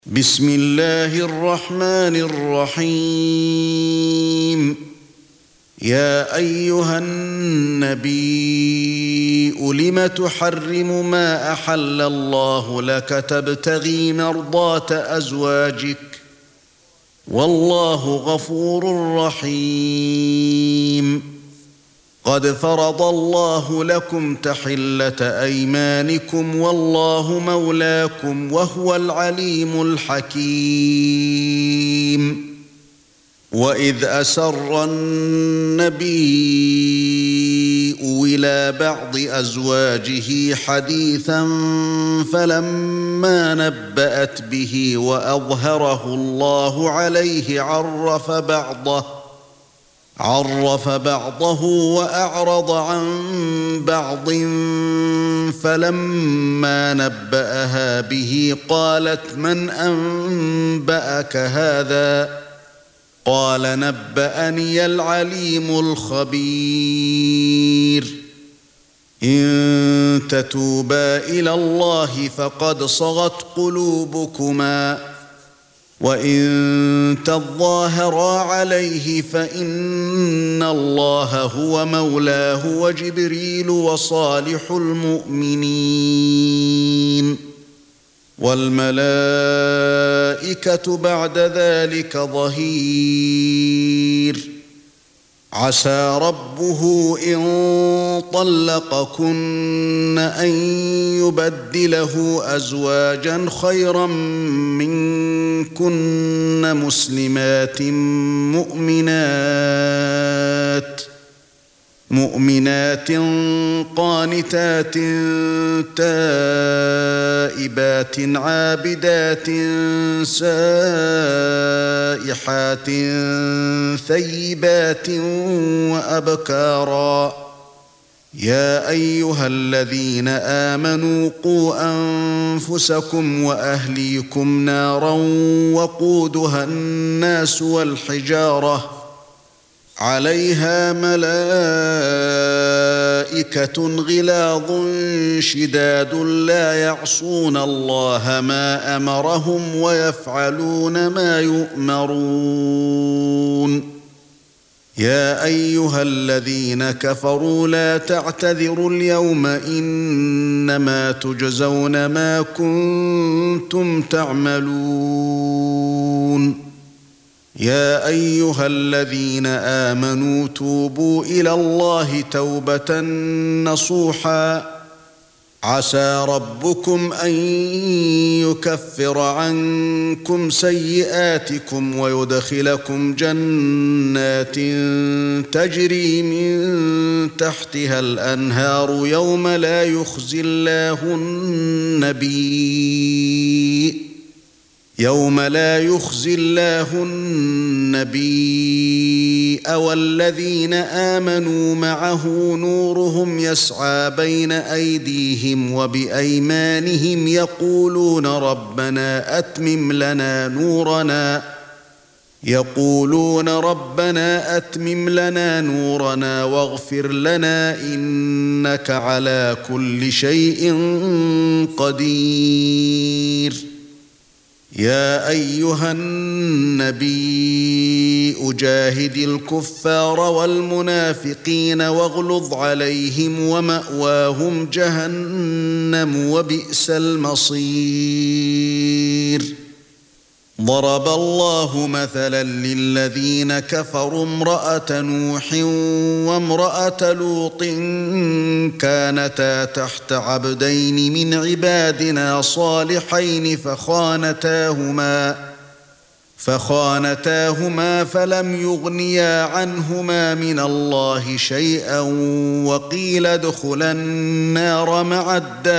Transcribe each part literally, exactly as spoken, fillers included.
بسم الله الرحمن الرحيم يا أيها النبي لم تحرم ما أحل الله لك تبتغي مرضات أزواجك والله غفور رحيم قد فرض الله لكم تحلة أيمانكم والله مولاكم وهو العليم الحكيم وإذ أسر النبي إلى بعض أزواجه حديثا فلما نبأت به وأظهره الله عليه عرف بعضه عرف بعضه وأعرض عن بعض فلما نبأها به قالت من أنبأك هذا قال نبأني العليم الخبير إن تتوبا إلى الله فقد صغت قلوبكما وإن تظاهرا عليه فإن الله هو مولاه وجبريل وصالح المؤمنين والملائكة بعد ذلك ظهير عسى ربه إن طلقكن أن يبدله أزواجا خيرا منكن مسلمات مؤمنات مؤمنات قانتات تائبات عابدات سائحات ثيبات وأبكارا يا أيها الذين آمنوا قوا أنفسكم وأهليكم نارا وقودها الناس والحجارة عليها ملائكة غلاظ شداد لا يعصون الله ما أمرهم ويفعلون ما يؤمرون يا أيها الذين كفروا لا تعتذروا اليوم إنما تجزون ما كنتم تعملون يا أيها الذين آمنوا توبوا إلى الله توبة نصوحا عسى ربكم أن يكفر عنكم سيئاتكم ويدخلكم جنات تجري من تحتها الأنهار يوم لا يخزي الله النبي يوم لا يخزي الله النبي والذين آمنوا معه نورهم يسعى بين أيديهم وبأيمانهم يقولون ربنا أتمم لنا نورنا يقولون ربنا أتمم لنا نورنا واغفر لنا إنك على كل شيء قدير يا أيها النبي أجاهد الكفار والمنافقين واغلظ عليهم ومأواهم جهنم وبئس المصير ضرب الله مثلا للذين كفروا امرأة نوح وامرأة لوط كانتا تحت عبدين من عبادنا صالحين فخانتاهما فخانتاهما فلم يغنيا عنهما من الله شيئا وقيل ادخلا النار مع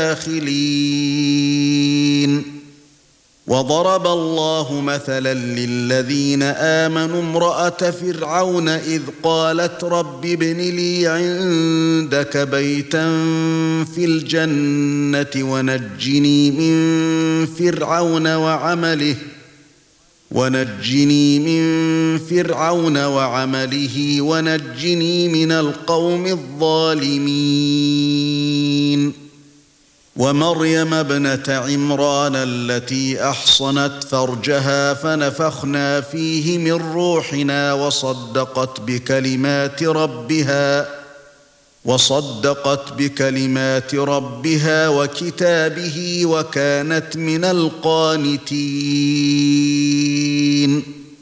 الداخلين وضرب الله مثلا للذين آمنوا امرأة فرعون إذ قالت رب ابن لي عندك بيتا في الجنة ونجني من فرعون وعمله ونجني من فرعون وعمله ونجني من القوم الظالمين ومريم ابنة عمران التي أحصنت فرجها فنفخنا فيه من روحنا وصدقت بكلمات ربها وصدقت بكلمات ربها وكتابه وكانت من القانتين